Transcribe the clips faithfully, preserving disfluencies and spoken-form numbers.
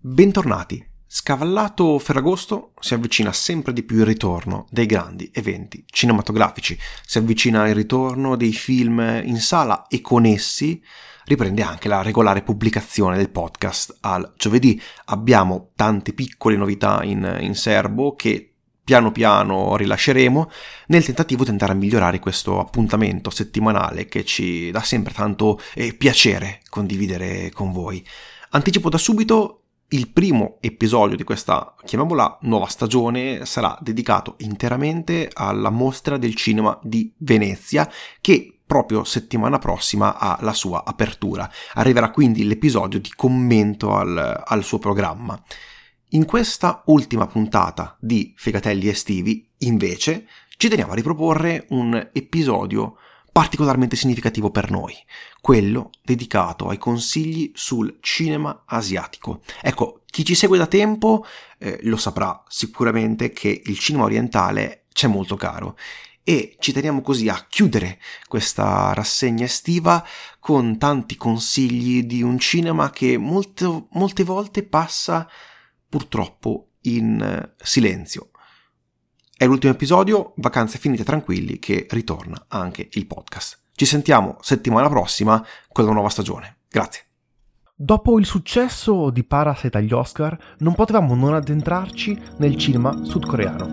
Bentornati. Scavallato Ferragosto, si avvicina sempre di più il ritorno dei grandi eventi cinematografici, si avvicina il ritorno dei film in sala e con essi riprende anche la regolare pubblicazione del podcast al giovedì. Abbiamo tante piccole novità in, in serbo che piano piano rilasceremo nel tentativo di tentare a migliorare questo appuntamento settimanale che ci dà sempre tanto eh, piacere condividere con voi. Anticipo da subito: il primo episodio di questa, chiamiamola, nuova stagione sarà dedicato interamente alla Mostra del Cinema di Venezia, che proprio settimana prossima ha la sua apertura. Arriverà quindi l'episodio di commento al, al suo programma. In questa ultima puntata di Fegatelli Estivi, invece, ci teniamo a riproporre un episodio particolarmente significativo per noi, quello dedicato ai consigli sul cinema asiatico. Ecco, chi ci segue da tempo eh, lo saprà sicuramente che il cinema orientale c'è molto caro e ci teniamo così a chiudere questa rassegna estiva con tanti consigli di un cinema che molte, molte volte passa purtroppo in silenzio. È l'ultimo episodio, vacanze finite tranquilli, che ritorna anche il podcast. Ci sentiamo settimana prossima con la nuova stagione. Grazie. Dopo il successo di Parasite agli Oscar, non potevamo non addentrarci nel cinema sudcoreano.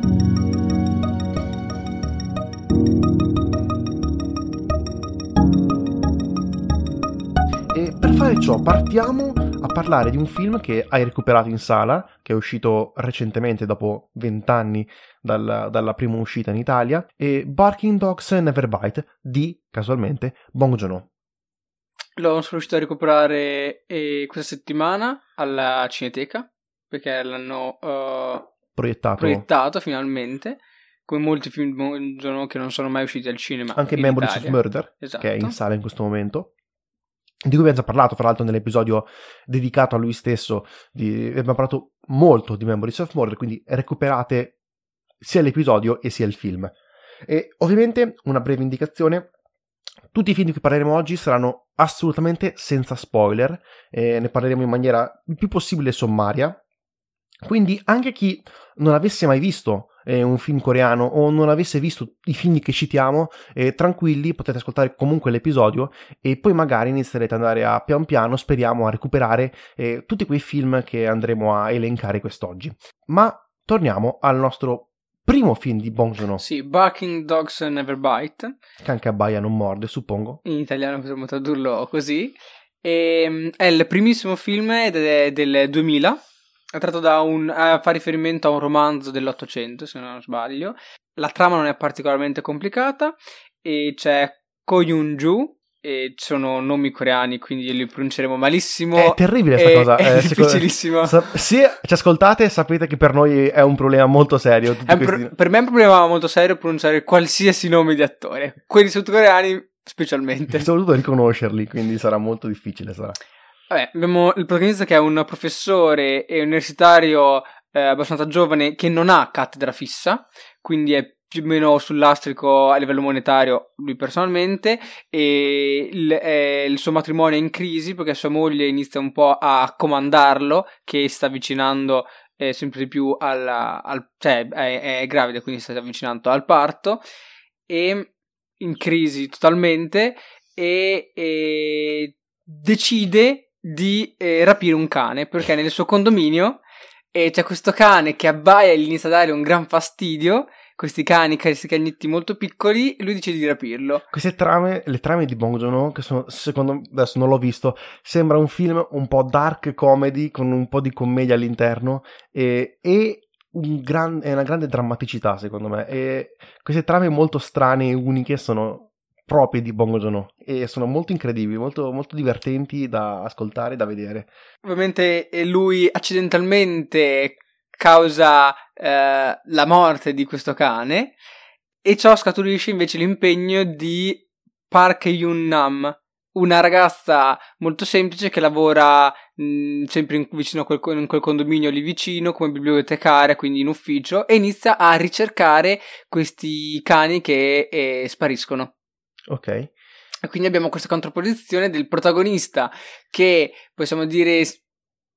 E per fare ciò partiamo a parlare di un film che hai recuperato in sala, che è uscito recentemente dopo vent'anni dalla, dalla prima uscita in Italia, e Barking Dogs Never Bite di, casualmente, Bong Joon-ho. L'ho sono riuscito a recuperare eh, questa settimana alla Cineteca, perché l'hanno uh, proiettato. proiettato finalmente, come molti film di Bong Joon-ho che non sono mai usciti al cinema. Anche Memories of Murder, esatto, che è in sala in questo momento, di cui abbiamo già parlato, fra l'altro, nell'episodio dedicato a lui stesso. Di, abbiamo parlato molto di Memories of Murder, quindi recuperate sia l'episodio e sia il film. E ovviamente una breve indicazione: tutti i film di cui parleremo oggi saranno assolutamente senza spoiler, e ne parleremo in maniera il più possibile sommaria, quindi anche chi non avesse mai visto eh, un film coreano o non avesse visto i film che citiamo, eh, tranquilli, potete ascoltare comunque l'episodio e poi magari inizierete ad andare a pian piano, speriamo, a recuperare eh, tutti quei film che andremo a elencare quest'oggi. Ma torniamo al nostro primo film di Bong Joon-ho. Sì, Barking Dogs Never Bite. Che anche abbaia non morde, suppongo. In italiano potremmo tradurlo così. E, è il primissimo film ed è del duemila. È tratto da un... Eh, fa riferimento a un romanzo dell'Ottocento, se non sbaglio. La trama non è particolarmente complicata e c'è Ko Yoon-ju. E ci sono nomi coreani, quindi li pronunceremo malissimo. È terribile questa è, cosa. È, è difficilissimo. Sa- se ci ascoltate, sapete che per noi è un problema molto serio. È questi... pro- per me è un problema molto serio pronunciare qualsiasi nome di attore. Quelli sudcoreani specialmente. Ho dovuto riconoscerli, quindi sarà molto difficile. Sarà. Vabbè, abbiamo il protagonista che è un professore e universitario eh, abbastanza giovane che non ha cattedra fissa, quindi è più o meno sul lastrico a livello monetario lui personalmente, e il, eh, il suo matrimonio è in crisi perché sua moglie inizia un po' a comandarlo, che sta avvicinando eh, sempre di più alla, al, cioè è, è gravida, quindi sta avvicinando al parto, e in crisi totalmente, e, e decide di eh, rapire un cane perché nel suo condominio eh, c'è questo cane che abbaia e gli inizia a dare un gran fastidio. Questi cani, questi cagnetti molto piccoli, lui decide di rapirlo. Queste trame, le trame di Bong Joon-ho, che sono, secondo me, adesso non l'ho visto, sembra un film un po' dark comedy con un po' di commedia all'interno e, e un gran, è una grande drammaticità, secondo me. E queste trame molto strane e uniche sono proprie di Bong Joon-ho e sono molto incredibili, molto, molto divertenti da ascoltare e da vedere. Ovviamente lui accidentalmente causa eh, la morte di questo cane, e ciò scaturisce invece l'impegno di Park Yoon-nam, una ragazza molto semplice che lavora mh, sempre in, vicino a quel, in quel condominio lì vicino come bibliotecaria, quindi in ufficio, e inizia a ricercare questi cani che eh, spariscono. Ok. E quindi abbiamo questa contrapposizione del protagonista che, possiamo dire,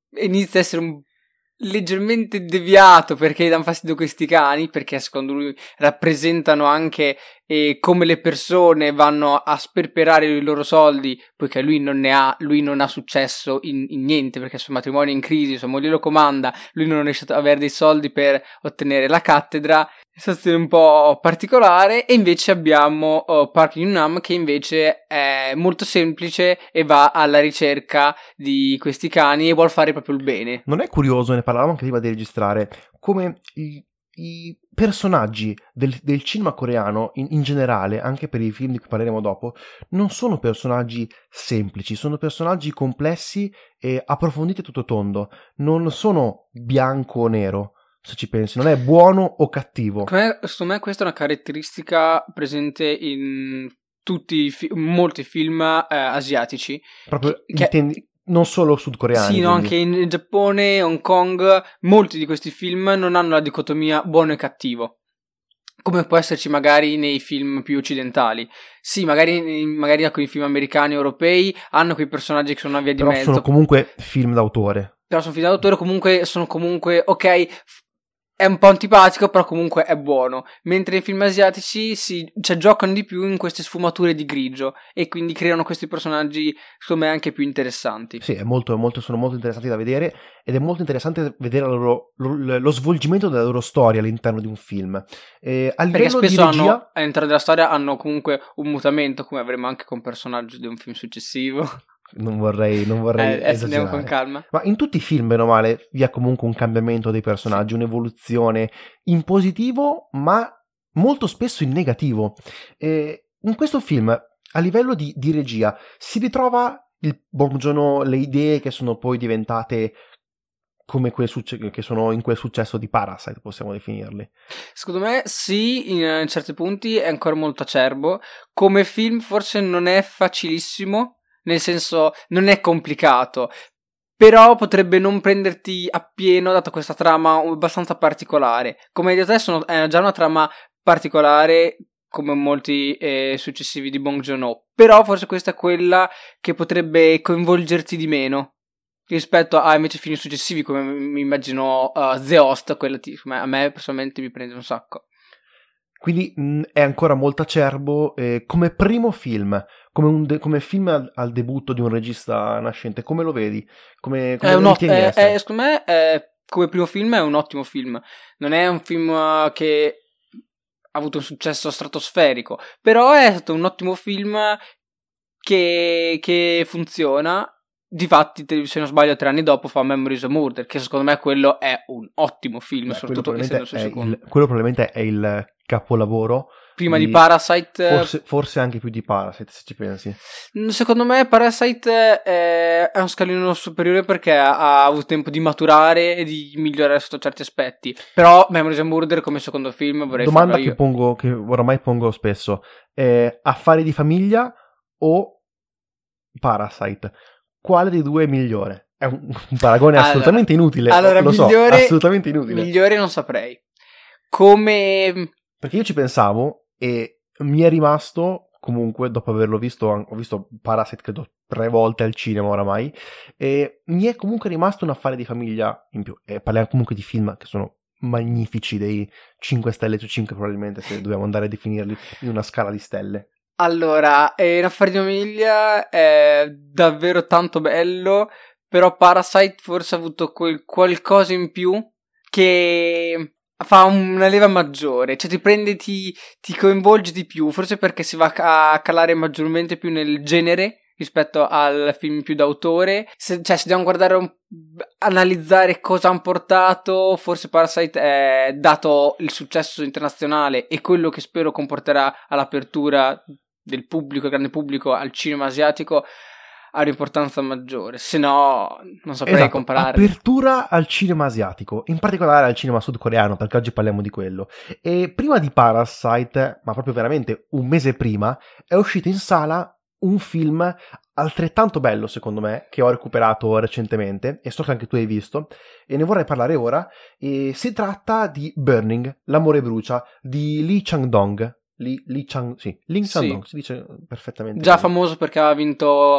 inizia a essere un leggermente deviato perché danno fastidio questi cani, perché secondo lui rappresentano anche eh, come le persone vanno a sperperare i loro soldi, poiché lui non ne ha, lui non ha successo in, in niente, perché il suo matrimonio è in crisi, sua moglie lo comanda, lui non riesce ad avere dei soldi per ottenere la cattedra. Situazione un po' particolare. E invece abbiamo oh, Park Yun-nam, che invece è molto semplice e va alla ricerca di questi cani e vuol fare proprio il bene. Non è curioso, ne parlavamo anche prima di registrare, come i, i personaggi del, del cinema coreano in, in generale, anche per i film di cui parleremo dopo, non sono personaggi semplici, sono personaggi complessi e approfonditi a tutto tondo, non sono bianco o nero. Se ci pensi, non è buono o cattivo. Come, secondo me questa è una caratteristica presente in tutti i fi- molti film eh, asiatici. Proprio che, intendi, non solo sudcoreani. Sì, no, anche in Giappone, Hong Kong, molti di questi film non hanno la dicotomia buono e cattivo, come può esserci magari nei film più occidentali. Sì, magari, magari alcuni film americani o europei hanno quei personaggi che sono una via di Però mezzo. sono comunque film d'autore. Però sono film d'autore, comunque sono comunque, ok, è un po' antipatico, però comunque è buono. Mentre nei film asiatici si, cioè, giocano di più in queste sfumature di grigio e quindi creano questi personaggi, secondo me, anche più interessanti. Sì, è molto, molto, sono molto interessanti da vedere ed è molto interessante vedere la loro, lo, lo svolgimento della loro storia all'interno di un film. Eh, a Perché livello spesso di regia, hanno, all'interno della storia hanno comunque un mutamento, come avremo anche con un personaggio di un film successivo. non vorrei, non vorrei eh, andiamo esagerare. con calma. Ma in tutti i film, bene o male, vi è comunque un cambiamento dei personaggi, un'evoluzione in positivo, ma molto spesso in negativo. Eh, in questo film, a livello di, di regia, si ritrova il Bong Joon-ho, le idee che sono poi diventate come quel succe- che sono in quel successo di Parasite, possiamo definirli. Secondo me sì, in, in certi punti è ancora molto acerbo. Come film forse non è facilissimo, nel senso non è complicato, però potrebbe non prenderti appieno, dato questa trama abbastanza particolare. Come hai detto te, sono, è già una trama particolare come molti eh, successivi di Bong Joon-ho, però forse questa è quella che potrebbe coinvolgerti di meno rispetto a invece film successivi, come mi immagino uh, The Host, quella ti, a me personalmente mi prende un sacco. Quindi mh, è ancora molto acerbo eh, come primo film, come, un de- come film al-, al debutto di un regista nascente. Come lo vedi? Come, come è lo un ot- ritieni è, essere? è, secondo me è, come primo film è un ottimo film. Non è un film uh, che ha avuto un successo stratosferico, però è stato un ottimo film che, che funziona. Difatti, se non sbaglio, tre anni dopo fa Memories of Murder, che secondo me quello è un ottimo film. Beh, soprattutto quello essendo il suo probabilmente, è secondo. il, quello probabilmente è il capolavoro. Prima di, di Parasite, forse, forse anche più di Parasite, se ci pensi. Secondo me Parasite è, è un scalino superiore perché ha, ha avuto tempo di maturare e di migliorare sotto certi aspetti. Però Memories of Murder come secondo film vorrei Domanda farla io. che pongo, che oramai pongo spesso: eh, Affari di famiglia o Parasite? Quale dei due è migliore? È un, un paragone allora, assolutamente inutile. Allora, lo migliore, so, assolutamente inutile. Migliore non saprei. Come... Perché io ci pensavo e mi è rimasto, comunque, dopo averlo visto, ho visto Parasite credo tre volte al cinema oramai, e mi è comunque rimasto un affare di famiglia in più. E parliamo comunque di film che sono magnifici, dei cinque stelle su cinque probabilmente, se dobbiamo andare a definirli in una scala di stelle. Allora, eh, Affari di famiglia è davvero tanto bello, però Parasite forse ha avuto quel qualcosa in più che fa una leva maggiore, cioè ti prende, ti, ti coinvolge di più, forse perché si va a calare maggiormente più nel genere rispetto al film più d'autore. Se, cioè, se dobbiamo guardare un, analizzare cosa hanno portato, forse Parasite è, dato il successo internazionale e quello che spero comporterà all'apertura del pubblico, il grande pubblico al cinema asiatico, ha un'importanza maggiore, se no non saprei esatto, comparare. Apertura al cinema asiatico, in particolare al cinema sudcoreano, perché oggi parliamo di quello. E prima di Parasite, ma proprio veramente un mese prima, è uscito in sala un film altrettanto bello secondo me, che ho recuperato recentemente e so che anche tu hai visto e ne vorrei parlare ora. E si tratta di Burning, L'amore brucia, di Lee Chang-dong. Lee, Lee Chang, sì, Lee Chang-dong, sì. Si dice perfettamente già così. famoso perché ha vinto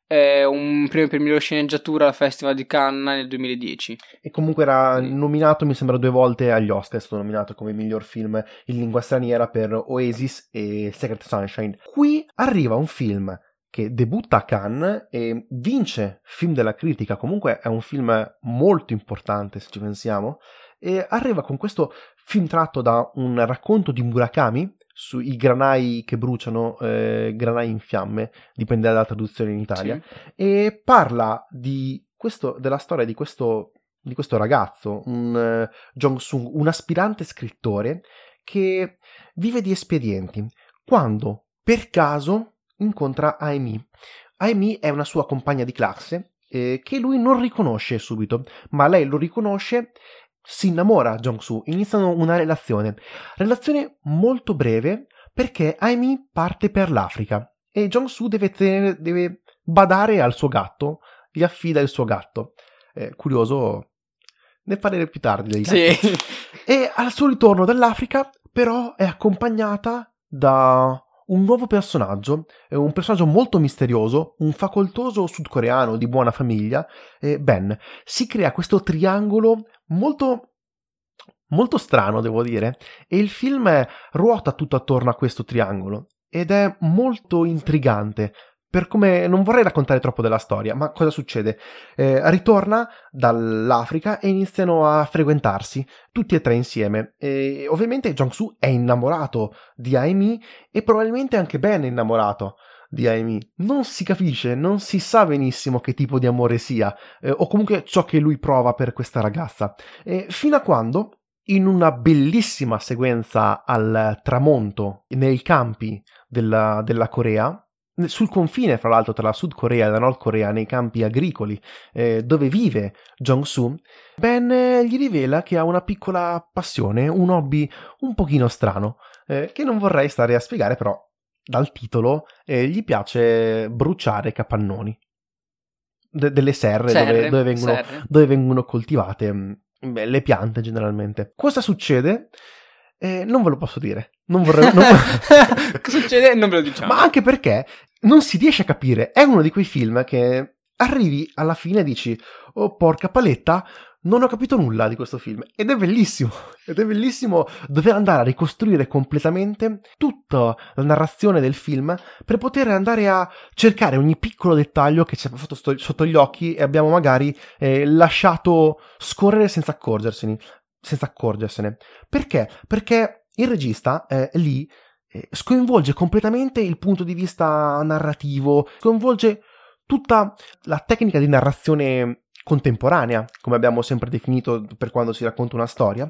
eh, un premio per miglior sceneggiatura al Festival di Cannes nel duemiladieci. E comunque era nominato, mi sembra, due volte agli Oscar. È stato nominato come miglior film in lingua straniera per Oasis e Secret Sunshine. Qui arriva un film che debutta a Cannes e vince film della critica. Comunque è un film molto importante, se ci pensiamo, e arriva con questo film tratto da un racconto di Murakami sui granai che bruciano, eh, granai in fiamme, dipende dalla traduzione in Italia, sì. E parla di questo, della storia di questo, di questo ragazzo, un uh, Jong-sung, un aspirante scrittore che vive di espedienti, quando per caso incontra Aimee. Aimee è una sua compagna di classe eh, che lui non riconosce subito, ma lei lo riconosce. Si innamora Jong-soo, iniziano una relazione, relazione molto breve perché Aimee parte per l'Africa e Jong-soo deve, tenere, deve badare al suo gatto, gli affida il suo gatto. Eh, curioso, ne parleremo più tardi. Sì. E al suo ritorno dall'Africa però è accompagnata da un nuovo personaggio, un personaggio molto misterioso, un facoltoso sudcoreano di buona famiglia, eh, Ben. Si crea questo triangolo molto, molto strano, devo dire, e il film ruota tutto attorno a questo triangolo ed è molto intrigante. Per come non vorrei raccontare troppo della storia, ma cosa succede? Eh, ritorna dall'Africa e iniziano a frequentarsi tutti e tre insieme. E ovviamente Jong-soo è innamorato di Aimee e probabilmente anche Ben è innamorato di Aimee. Non si capisce, non si sa benissimo che tipo di amore sia, eh, o comunque ciò che lui prova per questa ragazza. E fino a quando, in una bellissima sequenza al tramonto nei campi della, della Corea, sul confine fra l'altro tra la Sud Corea e la Nord Corea, nei campi agricoli eh, dove vive Jong-soo, Ben eh, gli rivela che ha una piccola passione, un hobby un pochino strano, eh, che non vorrei stare a spiegare, però dal titolo eh, gli piace bruciare capannoni, De- delle serre, serre, dove, dove, vengono, serre. dove vengono coltivate beh, le piante generalmente. Cosa succede? Eh, non ve lo posso dire. Non vorrei. Non... Cosa succede? Non ve lo diciamo. Ma anche perché non si riesce a capire. È uno di quei film che arrivi alla fine e dici: oh, porca paletta, non ho capito nulla di questo film. Ed è bellissimo. Ed è bellissimo dover andare a ricostruire completamente tutta la narrazione del film per poter andare a cercare ogni piccolo dettaglio che ci è passato sto- sotto gli occhi e abbiamo magari eh, lasciato scorrere senza accorgersene. senza accorgersene. Perché? Perché il regista eh, lì eh, sconvolge completamente il punto di vista narrativo, sconvolge tutta la tecnica di narrazione contemporanea, come abbiamo sempre definito per quando si racconta una storia,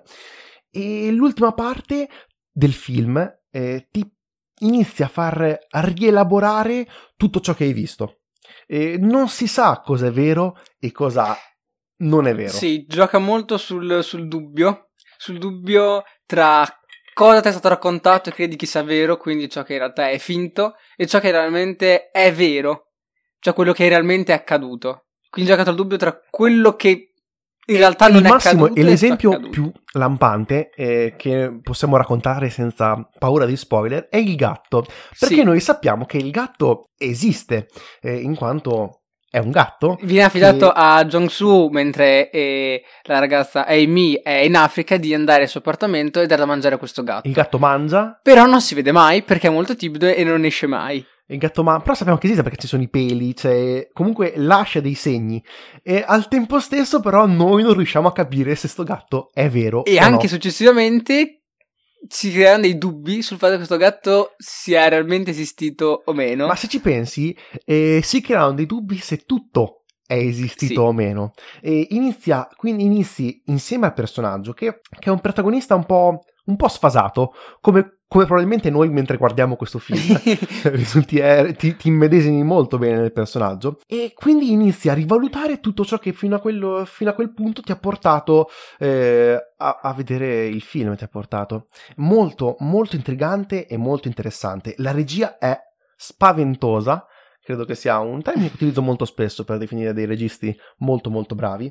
e l'ultima parte del film eh, ti inizia a far rielaborare tutto ciò che hai visto. E non si sa cosa è vero e cosa non è vero. Sì, gioca molto sul, sul dubbio, sul dubbio tra cosa ti è stato raccontato e credi che sia vero, quindi ciò che in realtà è finto, e ciò che realmente è vero, cioè quello che realmente è accaduto. Quindi gioca il dubbio tra quello che in realtà non il è massimo, accaduto. E l'esempio più lampante eh, che possiamo raccontare senza paura di spoiler è il gatto, perché sì. Noi sappiamo che il gatto esiste, eh, in quanto è un gatto. Viene affidato che... a Jong-soo mentre eh, la ragazza Aimee è in Africa di andare al suo appartamento e dare da mangiare a questo gatto. Il gatto mangia. Però non si vede mai perché è molto timido e non esce mai. Il gatto mangia, però sappiamo che esiste perché ci sono i peli, cioè comunque lascia dei segni. E al tempo stesso però noi non riusciamo a capire se sto gatto è vero e o anche no. Successivamente si creano dei dubbi sul fatto che questo gatto sia realmente esistito o meno. Ma se ci pensi, eh, si creano dei dubbi se tutto è esistito sì. o meno. E inizia, quindi inizi insieme al personaggio che, che è un protagonista un po', un po' sfasato, come, come probabilmente noi mentre guardiamo questo film. Risulti, eh, ti, ti immedesimi molto bene nel personaggio. E quindi inizi a rivalutare tutto ciò che fino a, quello, fino a quel punto ti ha portato eh, a, a vedere il film, ti ha portato. Molto, molto intrigante e molto interessante. La regia è spaventosa. Credo che sia un termine che utilizzo molto spesso per definire dei registi molto molto bravi.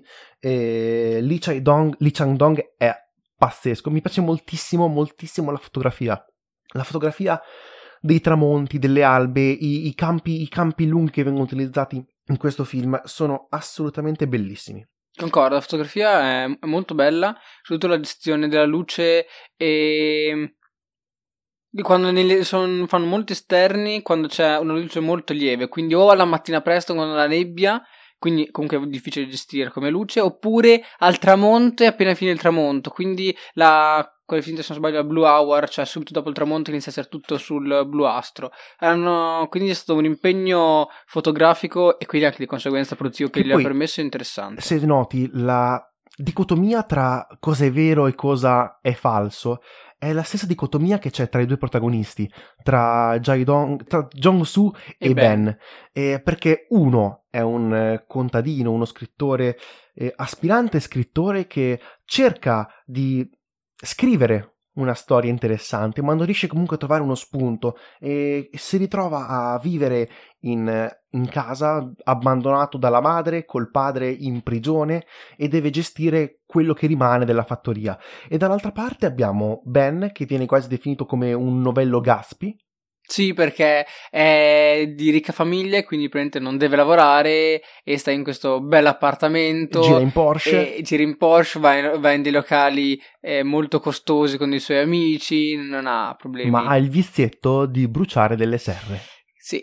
E Lee Chang-dong, Lee Chang-dong è pazzesco, mi piace moltissimo moltissimo la fotografia. La fotografia dei tramonti, delle albe, i, i campi i campi lunghi che vengono utilizzati in questo film sono assolutamente bellissimi. Concordo, la fotografia è molto bella, soprattutto la gestione della luce e quando nelle, son, fanno molti esterni, quando c'è una luce molto lieve, quindi o alla mattina presto quando la nebbia, quindi comunque è difficile gestire come luce, oppure al tramonto e appena fine il tramonto, quindi la quelle finite se non sbaglio la blue hour, cioè subito dopo il tramonto inizia a essere tutto sul bluastro. Hanno, quindi è stato un impegno fotografico e quindi anche di conseguenza produttivo che, che gli ha permesso interessante. Se noti la dicotomia tra cosa è vero e cosa è falso è la stessa dicotomia che c'è tra i due protagonisti, tra Jae-dong, tra Jong-soo e, e Ben, ben. Eh, perché uno è un eh, contadino, uno scrittore, eh, aspirante scrittore che cerca di scrivere una storia interessante, ma non riesce comunque a trovare uno spunto e si ritrova a vivere in, in casa, abbandonato dalla madre, col padre in prigione, e deve gestire quello che rimane della fattoria. E dall'altra parte abbiamo Ben, che viene quasi definito come un novello Gaspi. Sì, perché è di ricca famiglia e quindi praticamente non deve lavorare e sta in questo bel appartamento. Gira in Porsche. E gira in Porsche, va in, va in dei locali eh, molto costosi con i suoi amici, non ha problemi. Ma ha il vizietto di bruciare delle serre. Sì.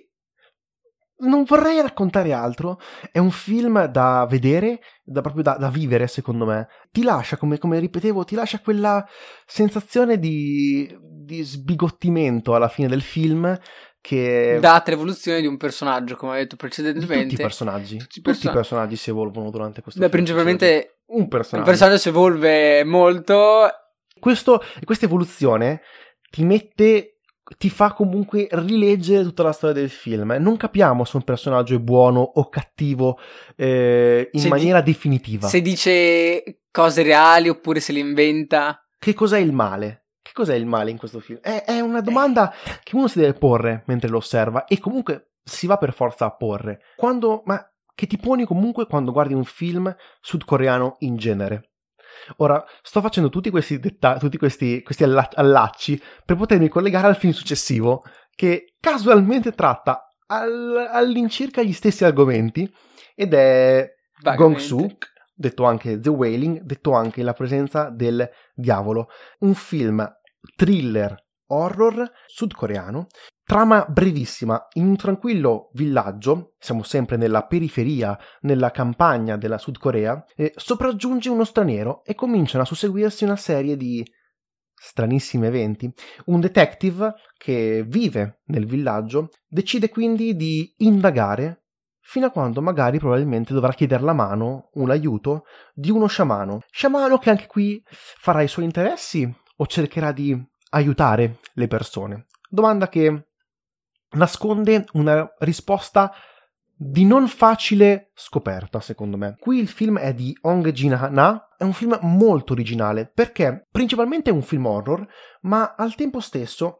Non vorrei raccontare altro, è un film da vedere, da proprio da, da vivere secondo me. Ti lascia, come, come ripetevo, ti lascia quella sensazione di, di sbigottimento alla fine del film che... data l'evoluzione di un personaggio, come ho detto precedentemente. Tutti i personaggi, tutti, i, person- tutti i personaggi si evolvono durante questo Beh, film. Principalmente un personaggio. Il personaggio si evolve molto. Questo, questa evoluzione ti mette... ti fa comunque rileggere tutta la storia del film. Non capiamo se un personaggio è buono o cattivo eh, in se maniera di- definitiva. Se dice cose reali oppure se le inventa. Che cos'è il male? Che cos'è il male in questo film? È, è una domanda che uno si deve porre mentre lo osserva e comunque si va per forza a porre. Quando, ma che ti poni comunque quando guardi un film sudcoreano in genere. Ora, sto facendo tutti questi dettagli, tutti questi, questi allacci per potermi collegare al film successivo che casualmente tratta al, all'incirca gli stessi argomenti ed è Gong-suk, detto anche The Wailing, detto anche La presenza del diavolo, un film thriller horror sudcoreano. Trama brevissima, in un tranquillo villaggio, siamo sempre nella periferia, nella campagna della Sud Corea, eh, sopraggiunge uno straniero e cominciano a susseguirsi una serie di stranissimi eventi. Un detective che vive nel villaggio decide quindi di indagare fino a quando magari probabilmente dovrà chiedere la mano, un aiuto, di uno sciamano. Sciamano che anche qui farà i suoi interessi o cercherà di aiutare le persone. Domanda che nasconde una risposta di non facile scoperta, secondo me. Qui il film è di Hong Jin-na, è un film molto originale, perché principalmente è un film horror, ma al tempo stesso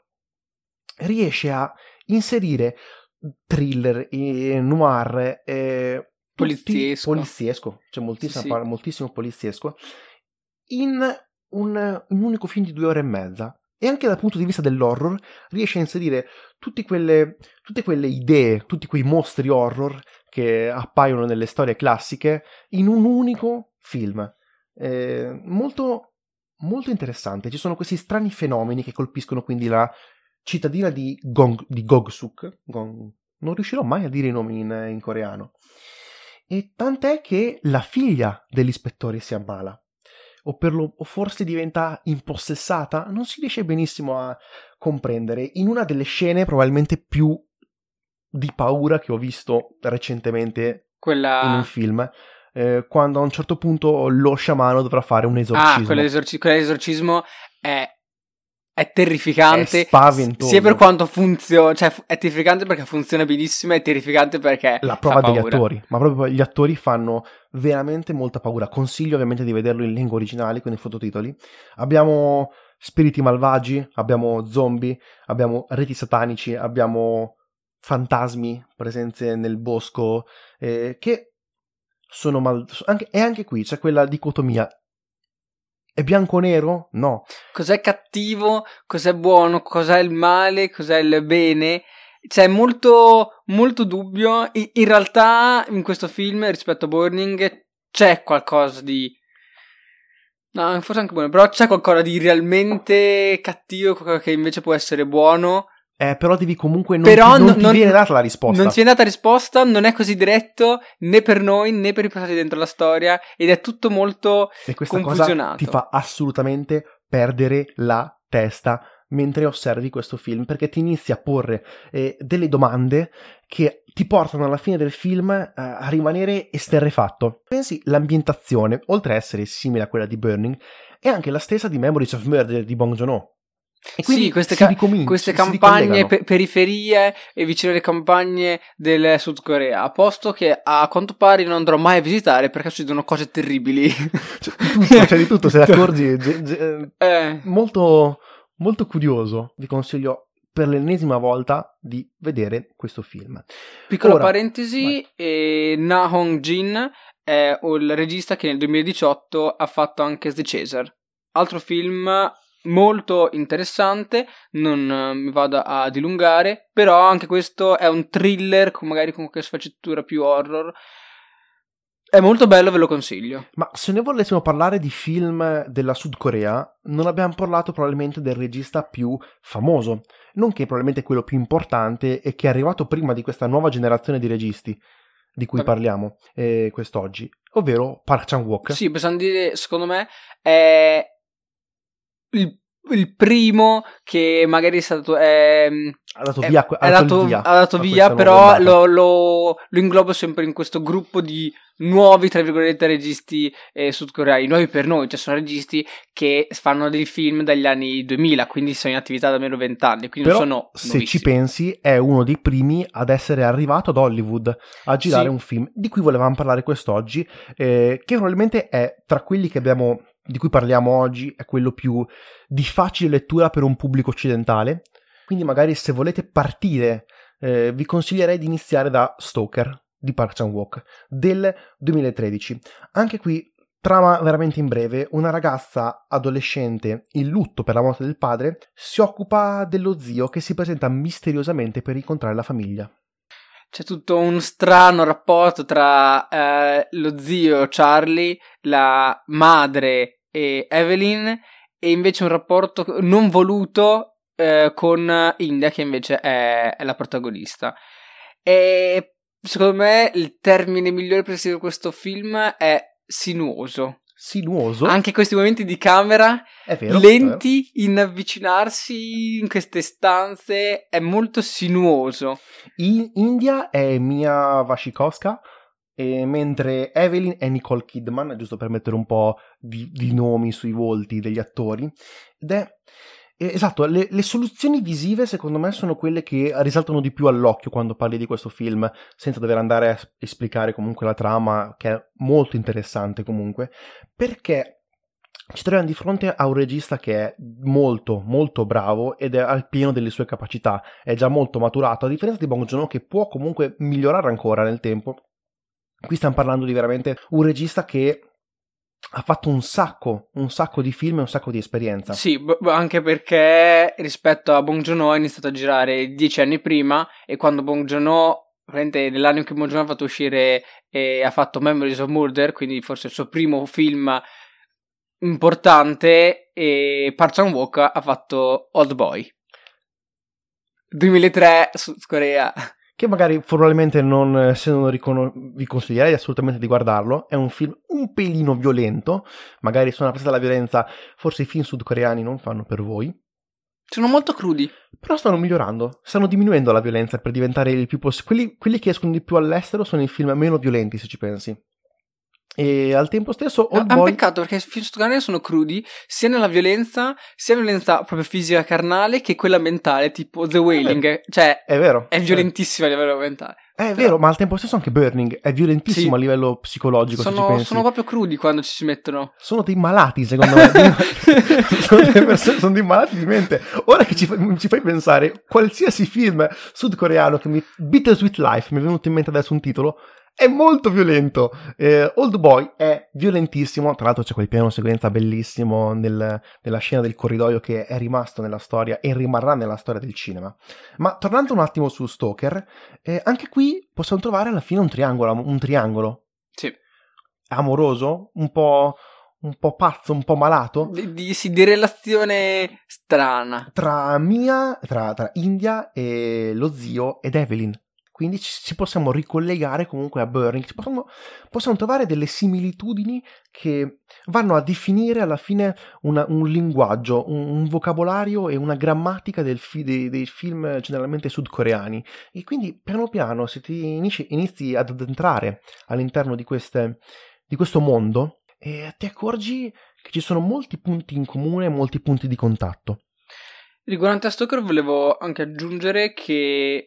riesce a inserire thriller, e noir, e poliziesco. poliziesco, c'è moltissimo, sì, sì. moltissimo poliziesco, in un, un unico film di due ore e mezza. E anche dal punto di vista dell'horror riesce a inserire tutte quelle, tutte quelle idee, tutti quei mostri horror che appaiono nelle storie classiche in un unico film. Eh, molto, molto interessante. Ci sono questi strani fenomeni che colpiscono quindi la cittadina di, Gong, di Gog-suk. Gong, non riuscirò mai a dire i nomi in, in coreano. E tant'è che la figlia dell'ispettore si ammala. O, per lo, o forse diventa impossessata, non si riesce benissimo a comprendere. In una delle scene probabilmente più di paura che ho visto recentemente quella... in un film, eh, quando a un certo punto lo sciamano dovrà fare un esorcismo. Ah, quell'esorci- quell'esorcismo è... è terrificante, è spaventoso. Sia per quanto funziona, cioè è terrificante perché funziona benissimo, è terrificante perché la prova fa degli paura. attori, ma proprio gli attori fanno veramente molta paura. Consiglio ovviamente di vederlo in lingua originale con i sottotitoli. Abbiamo spiriti malvagi, abbiamo zombie, abbiamo reti satanici, abbiamo fantasmi, presenze nel bosco, eh, che sono mal... Anche, e anche qui c'è quella dicotomia. È bianco o nero? No. Cos'è cattivo? Cos'è buono? Cos'è il male? Cos'è il bene? c'è molto, molto dubbio. In, in realtà, in questo film, rispetto a Burning, c'è qualcosa di... No, forse anche buono, però c'è qualcosa di realmente cattivo, qualcosa che invece può essere buono. Eh, però devi comunque non però ti, non non, ti non, viene data la risposta. Non ti viene data risposta, non è così diretto né per noi né per i passati dentro la storia, ed è tutto molto e questa confusionato. Cosa ti fa assolutamente perdere la testa mentre osservi questo film, perché ti inizi a porre eh, delle domande che ti portano alla fine del film eh, a rimanere esterrefatto. Pensi, l'ambientazione, oltre a essere simile a quella di Burning, è anche la stessa di Memories of Murder di Bong Joon-ho. E quindi sì, queste, ca- queste campagne, pe- periferie e vicino alle campagne del Sud Corea, a posto che a quanto pare non andrò mai a visitare perché succedono cose terribili. Cioè, tutto, cioè di tutto, se ne accorgi. Ge- ge- eh. Molto, molto curioso. Vi consiglio per l'ennesima volta di vedere questo film. Piccola Ora, parentesi, eh, Na Hong Jin è il regista che nel duemiladiciotto ha fatto anche The Chaser, altro film molto interessante, non uh, mi vado a dilungare, però anche questo è un thriller con magari con qualche sfaccettatura più horror. È molto bello, ve lo consiglio. Ma se ne volessimo parlare di film della Sud Corea, non abbiamo parlato probabilmente del regista più famoso, nonché probabilmente quello più importante e che è arrivato prima di questa nuova generazione di registi di cui parliamo eh, quest'oggi, ovvero Park Chan-wook. Sì, possiamo dire, secondo me, è il, il primo che magari è stato è, ha dato è, via, ha è dato dato, via, ha dato via però lo, lo, lo inglobo sempre in questo gruppo di nuovi, tra virgolette, registi eh, sudcoreani, nuovi per noi, cioè sono registi che fanno dei film dagli anni duemila, quindi sono in attività da almeno vent'anni, quindi però, non sono se nuovissimi. ci pensi, è uno dei primi ad essere arrivato ad Hollywood a girare sì. un film di cui volevamo parlare quest'oggi, eh, che probabilmente è tra quelli che abbiamo di cui parliamo oggi, è quello più di facile lettura per un pubblico occidentale, quindi magari se volete partire eh, vi consiglierei di iniziare da Stalker di Park Chan-wook del duemilatredici. Anche qui trama veramente in breve: una ragazza adolescente in lutto per la morte del padre si occupa dello zio che si presenta misteriosamente per incontrare la famiglia. C'è tutto un strano rapporto tra eh, lo zio Charlie, la madre e Evelyn, e invece un rapporto non voluto eh, con India, che invece è, è la protagonista. E secondo me il termine migliore per descrivere questo film è sinuoso. Sinuoso? Anche questi momenti di camera è vero, lenti è vero. in avvicinarsi in queste stanze, è molto sinuoso. In India è Mia Wasikowska, e mentre Evelyn è Nicole Kidman, giusto per mettere un po' di, di nomi sui volti degli attori. Ed è esatto, le, le soluzioni visive secondo me sono quelle che risaltano di più all'occhio quando parli di questo film, senza dover andare a esplicare comunque la trama, che è molto interessante comunque, perché ci troviamo di fronte a un regista che è molto molto bravo ed è al pieno delle sue capacità, è già molto maturato, a differenza di Bong Joon-ho, che può comunque migliorare ancora nel tempo. Qui stiamo parlando di veramente un regista che ha fatto un sacco, un sacco di film e un sacco di esperienza. Sì, b- anche perché rispetto a Bong Joon-ho ha iniziato a girare dieci anni prima, e quando Bong Joon-ho, nell'anno in cui Bong Joon-ho ha fatto uscire e ha fatto Memories of Murder, quindi forse il suo primo film importante, e Park Chan-wook ha fatto Old Boy duemilatré, Sud Corea. Che magari probabilmente non, se non riconos- vi consiglierei assolutamente di guardarlo. È un film un pelino violento, magari sono apprezzata la violenza, forse i film sudcoreani non fanno per voi. Sono molto crudi. Però stanno migliorando, stanno diminuendo la violenza per diventare il più possibile. Quelli, quelli che escono di più all'estero sono i film meno violenti, se ci pensi. E al tempo stesso Old è Boy... un peccato, perché i film sudcoreani sono crudi sia nella violenza, sia violenza proprio fisica carnale che quella mentale, tipo The Wailing, è cioè è vero, è violentissimo è. a livello mentale. È Però... vero, ma al tempo stesso anche Burning è violentissimo, sì, a livello psicologico, sono, se ci pensi. Sono proprio crudi quando ci si mettono. Sono dei malati, secondo me. sono, delle persone, sono dei malati di mente. Ora che ci, fa, ci fai pensare, qualsiasi film sudcoreano che mi... Bittersweet Life, mi è venuto in mente adesso un titolo, è molto violento. Eh, Old Boy è violentissimo. Tra l'altro c'è quel piano sequenza bellissimo nel, nella scena del corridoio che è rimasto nella storia e rimarrà nella storia del cinema. Ma tornando un attimo su Stoker, eh, anche qui possiamo trovare alla fine un triangolo, un triangolo. Sì. Amoroso, un po', un po' pazzo, un po' malato. Di, di, sì, di relazione strana. Tra Mia, tra, tra India e lo zio ed Evelyn. Quindi ci possiamo ricollegare comunque a Burning, ci possiamo, possiamo trovare delle similitudini che vanno a definire alla fine una, un linguaggio, un, un vocabolario e una grammatica del fi, dei, dei film generalmente sudcoreani. E quindi piano piano se ti inizi, inizi ad addentrare all'interno di, queste, di questo mondo, e ti accorgi che ci sono molti punti in comune, molti punti di contatto. Riguardante a Stoker volevo anche aggiungere che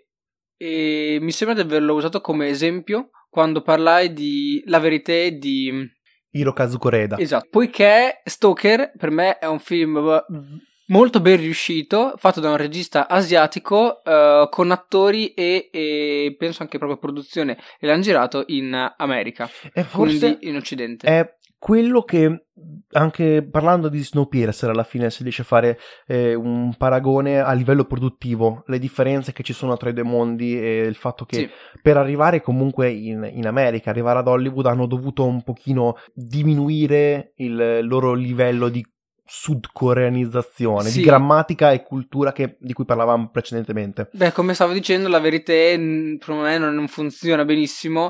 e mi sembra di averlo usato come esempio quando parlai di La verità di Hirokazu Koreda. Esatto, poiché Stoker per me è un film molto ben riuscito, fatto da un regista asiatico, uh, con attori e, e penso anche proprio produzione, e l'hanno girato in America, e forse quindi in Occidente. È quello che, anche parlando di Snowpiercer, alla fine si riesce a fare eh, un paragone a livello produttivo, le differenze che ci sono tra i due mondi e il fatto che sì. per arrivare comunque in, in America, arrivare ad Hollywood, hanno dovuto un pochino diminuire il loro livello di sudcoreanizzazione, sì. di grammatica e cultura che, di cui parlavamo precedentemente. Beh, come stavo dicendo, La verità per me non, non funziona benissimo,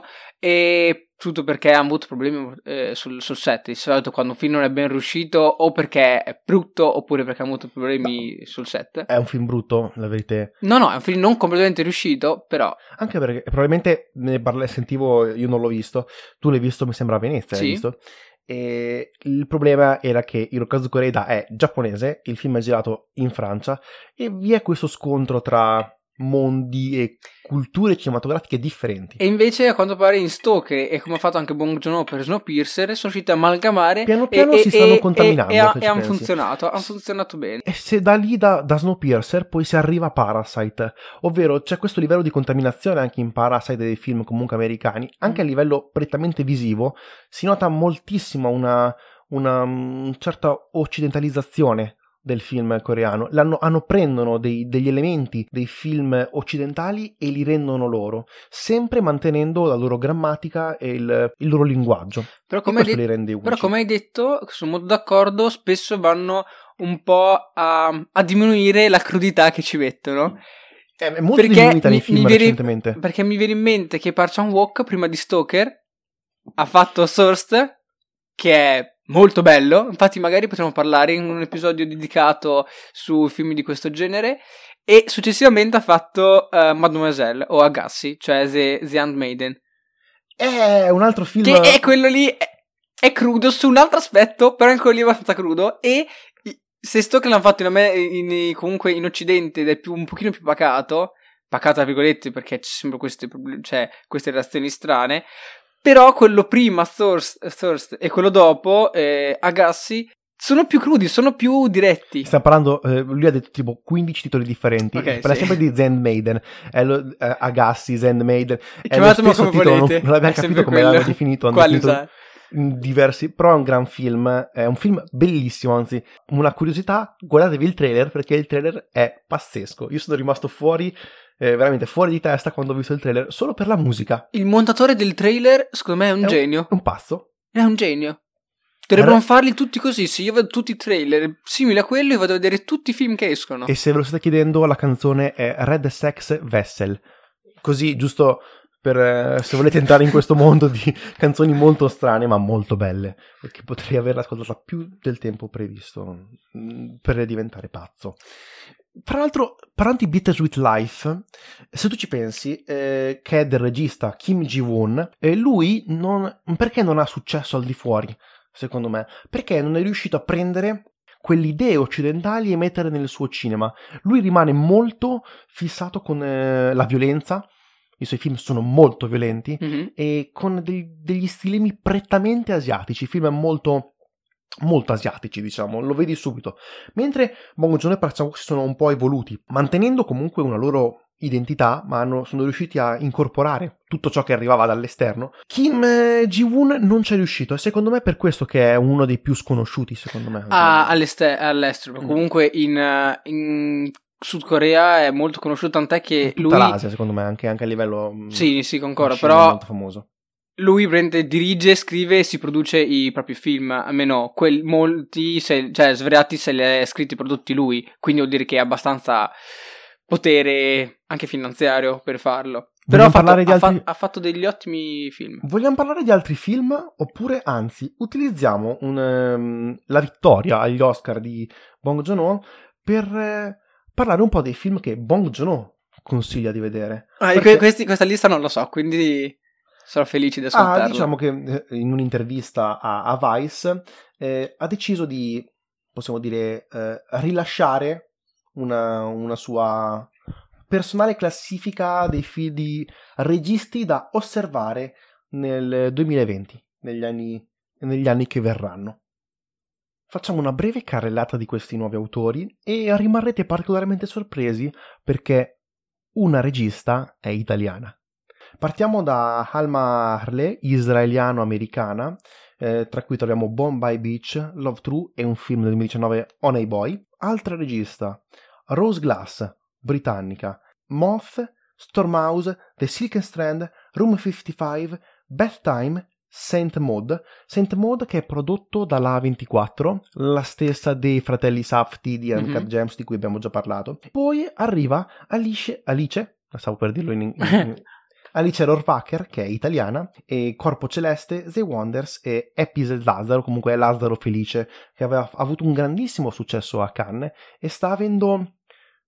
e tutto perché hanno avuto problemi eh, sul, sul set. Di solito quando un film non è ben riuscito, o perché è brutto oppure perché hanno avuto problemi no. sul set. È un film brutto, La verità. No, no, è un film non completamente riuscito, però anche perché probabilmente ne parla, sentivo, io non l'ho visto, tu l'hai visto, mi sembra a Venezia, sì. l'hai visto? E il problema era che Hirokazu Koreda è giapponese, il film è girato in Francia e vi è questo scontro tra mondi e culture cinematografiche differenti. E invece a quanto pare in Stoker, e come ha fatto anche Bong Joon-ho per Snowpiercer, sono riusciti a amalgamare piano piano e, si e, stanno e, contaminando e, e, se e hanno pensi. funzionato hanno funzionato bene. E se da lì da, da Snowpiercer poi si arriva a Parasite, ovvero c'è questo livello di contaminazione anche in Parasite dei film comunque americani, anche a livello prettamente visivo si nota moltissimo una, una, una certa occidentalizzazione del film coreano. L'hanno, hanno prendono dei, degli elementi dei film occidentali e li rendono loro, sempre mantenendo la loro grammatica e il, il loro linguaggio. Però come, questo de- li rende unici. Però come hai detto, sono molto d'accordo, spesso vanno un po' a, a diminuire la crudità che ci mettono. È molto perché diminuita nei film mi recentemente. Viene, perché mi viene in mente che Park Chan-wook prima di Stoker ha fatto Sourced, che è molto bello, infatti magari potremo parlare in un episodio dedicato su film di questo genere, e successivamente ha fatto uh, Mademoiselle o Agassi, cioè The, The Handmaiden. È un altro film che è quello lì, è, è crudo su un altro aspetto, però anche lì è abbastanza crudo, e se Stoker l'hanno fatto in, in, in, comunque in Occidente ed è più, un pochino più pacato, pacato tra virgolette perché c'è sempre queste, cioè, queste relazioni strane, però quello prima, Thirst, Thirst e quello dopo, eh, Agassi, sono più crudi, sono più diretti. Stiamo parlando, eh, lui ha detto tipo quindici titoli differenti, okay, parla sì. sempre di Zen Maiden, è lo, eh, Agassi, Zen Maiden, è lo stesso come titolo, volete. non, non abbiamo è capito come l'hanno definito, hanno definito usare? diversi, però è un gran film, è un film bellissimo, anzi, una curiosità, guardatevi il trailer perché il trailer è pazzesco, io sono rimasto fuori, eh, veramente fuori di testa quando ho visto il trailer, solo per la musica. Il montatore del trailer, secondo me, è un è genio. Un, è un pazzo. È un genio. Dovrebbero farli tutti così. Se io vedo tutti i trailer simili a quello, io vado a vedere tutti i film che escono. E se ve lo state chiedendo, la canzone è Red Sex Vessel. Così, giusto per eh, se volete entrare in questo mondo di canzoni molto strane, ma molto belle. Perché potrei averla ascoltata più del tempo previsto mh, per diventare pazzo. Tra l'altro, parlando di Bittersweet Life, se tu ci pensi, eh, che è del regista Kim Ji-woon, eh, lui non, perché non ha successo al di fuori, secondo me? Perché non è riuscito a prendere quelle idee occidentali e mettere nel suo cinema. Lui rimane molto fissato con eh, la violenza, i suoi film sono molto violenti, mm-hmm. e con dei, degli stilemi prettamente asiatici, film molto... molto asiatici, diciamo, lo vedi subito. Mentre Bong Joon-ho e Park Chan-wook si sono un po' evoluti, mantenendo comunque una loro identità, ma hanno, sono riusciti a incorporare tutto ciò che arrivava dall'esterno. Kim Ji-woon non ci è riuscito, e secondo me è per questo che è uno dei più sconosciuti, secondo me. Ah, all'este- all'estero, mm. comunque in, in Sud Corea è molto conosciuto, tant'è che in tutta lui... l'Asia, secondo me, anche, anche a livello... Sì, sì, concordo, però... È molto famoso. Lui prende, dirige, scrive e si produce i propri film, almeno quel, molti, se, cioè svariati se li ha scritti e prodotti lui, quindi vuol dire che ha abbastanza potere anche finanziario per farlo. Però ha fatto, di altri... ha, fa- ha fatto degli ottimi film. Vogliamo parlare di altri film? Oppure, anzi, utilizziamo un, um, la vittoria agli Oscar di Bong Joon-ho per eh, parlare un po' dei film che Bong Joon-ho consiglia di vedere. Ah, perché... questi, questa lista non lo so, quindi... Sono felice di ascoltarlo. Ah, diciamo che in un'intervista a, a Vice eh, ha deciso di, possiamo dire, eh, rilasciare una, una sua personale classifica dei film di registi da osservare nel duemilaventi, negli anni, negli anni che verranno. Facciamo una breve carrellata di questi nuovi autori e rimarrete particolarmente sorpresi perché una regista è italiana. Partiamo da Alma Harley, israeliano-americana, eh, tra cui troviamo Bombay Beach, Love True e un film del duemiladiciannove, Honey Boy. Altra regista, Rose Glass, britannica, Moth, Stormhouse, The Silken Strand, Room cinquantacinque, Bath Time, Saint Maud. Saint Maud che è prodotto dalla A ventiquattro, la stessa dei fratelli Safdie di Uncut mm-hmm. Gems di cui abbiamo già parlato. Poi arriva Alice, Alice, stavo per dirlo in inglese. Alice Rohrwacher, che è italiana, e Corpo Celeste, The Wonders e Happy's Lazzaro, comunque è Lazzaro Felice, che aveva avuto un grandissimo successo a Cannes e sta avendo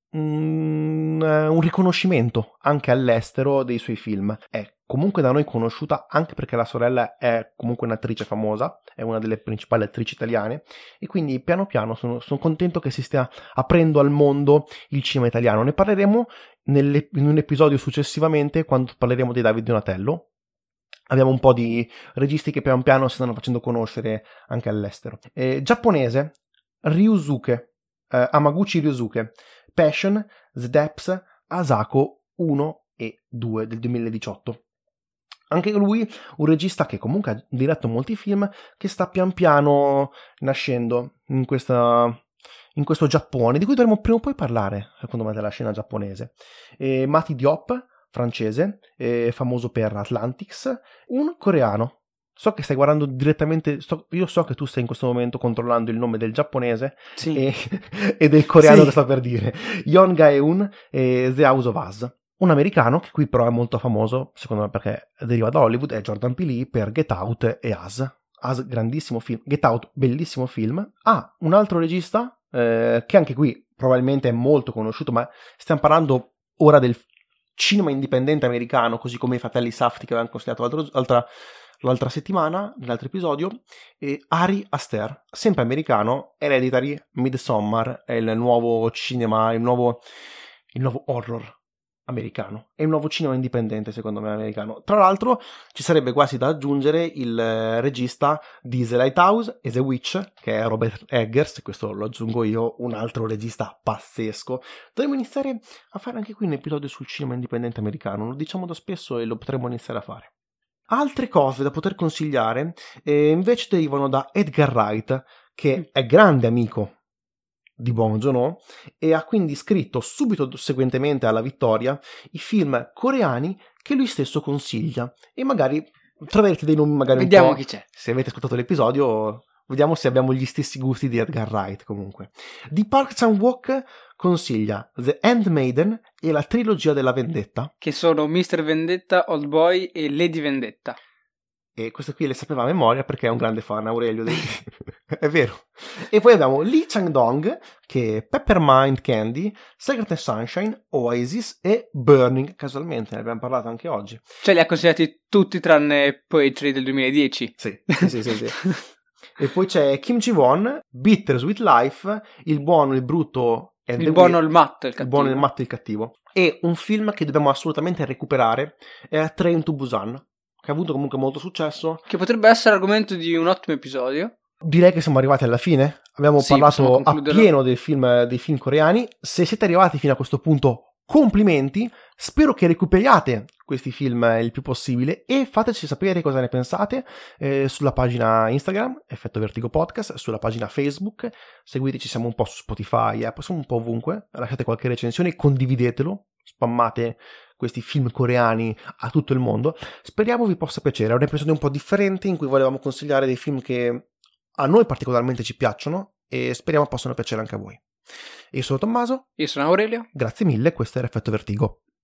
un, un riconoscimento anche all'estero dei suoi film. È comunque da noi conosciuta anche perché la sorella è comunque un'attrice famosa, è una delle principali attrici italiane, e quindi piano piano sono, sono contento che si stia aprendo al mondo il cinema italiano. Ne parleremo nelle, in un episodio successivamente, quando parleremo di David Donatello. Abbiamo un po' di registi che piano piano si stanno facendo conoscere anche all'estero. Eh, giapponese, Ryusuke, eh, Hamaguchi Ryusuke, Passion, The Depths, Asako uno e due del duemiladiciotto. Anche lui un regista che comunque ha diretto molti film, che sta pian piano nascendo in, questa, in questo Giappone, di cui dovremo prima o poi parlare, secondo me, della scena giapponese. E Mati Diop, francese, eh, famoso per Atlantics, un coreano. So che stai guardando direttamente, sto, io so che tu stai in questo momento controllando il nome del giapponese sì. e, e del coreano sì. che sto per dire. Yeon Gae-un e The House of Us. Un americano che qui però è molto famoso, secondo me perché deriva da Hollywood, è Jordan Peele per Get Out e Us. Us, grandissimo film. Get Out, bellissimo film. Ah, un altro regista, eh, che anche qui probabilmente è molto conosciuto, ma stiamo parlando ora del cinema indipendente americano, così come i fratelli Safdie che avevamo consigliato l'altro, l'altra, l'altra settimana, nell'altro episodio, e Ari Aster, sempre americano, Hereditary, Midsommar, è il nuovo cinema, il nuovo, il nuovo horror americano, è un nuovo cinema indipendente secondo me americano. Tra l'altro ci sarebbe quasi da aggiungere il eh, regista di The Lighthouse e The Witch, che è Robert Eggers, questo lo aggiungo io, un altro regista pazzesco. Dovremmo iniziare a fare anche qui un episodio sul cinema indipendente americano, lo diciamo da spesso e lo potremmo iniziare a fare. Altre cose da poter consigliare eh, invece derivano da Edgar Wright, che è grande amico di Bong Joon-ho e ha quindi scritto subito seguentemente alla vittoria i film coreani che lui stesso consiglia, e magari troverete dei nomi magari vediamo un po', chi c'è. Se avete ascoltato l'episodio vediamo se abbiamo gli stessi gusti di Edgar Wright. Comunque di Park Chan-wook consiglia The Handmaiden e la trilogia della vendetta, che sono mister Vendetta, Old Boy e Lady Vendetta. E queste qui le sapeva a memoria perché è un grande fan, Aurelio. Dei... è vero. E poi abbiamo Lee Chang-dong, che è Peppermint Candy, Secret and Sunshine, Oasis e Burning. Casualmente ne abbiamo parlato anche oggi. Cioè li ha consigliati tutti tranne Poetry del duemiladieci. Sì, sì, sì, sì, sì. E poi c'è Kim Ji-won, Bitter Sweet Life, Il buono, il brutto e il buono, il matto e il cattivo. Il buono, il matto e il cattivo. E un film che dobbiamo assolutamente recuperare è Train to Busan, che ha avuto comunque molto successo. Che potrebbe essere argomento di un ottimo episodio. Direi che siamo arrivati alla fine. Abbiamo sì, parlato a pieno dei film, dei film coreani. Se siete arrivati fino a questo punto, complimenti, spero che recuperiate questi film il più possibile e fateci sapere cosa ne pensate eh, sulla pagina Instagram, Effetto Vertigo Podcast, sulla pagina Facebook, seguiteci, siamo un po' su Spotify, Apple, siamo un po' ovunque, lasciate qualche recensione, condividetelo, spammate questi film coreani a tutto il mondo, speriamo vi possa piacere, è un episodio un po' differente in cui volevamo consigliare dei film che a noi particolarmente ci piacciono e speriamo possano piacere anche a voi. Io sono Tommaso. Io sono Aurelio. Grazie mille, questo era Effetto Vertigo.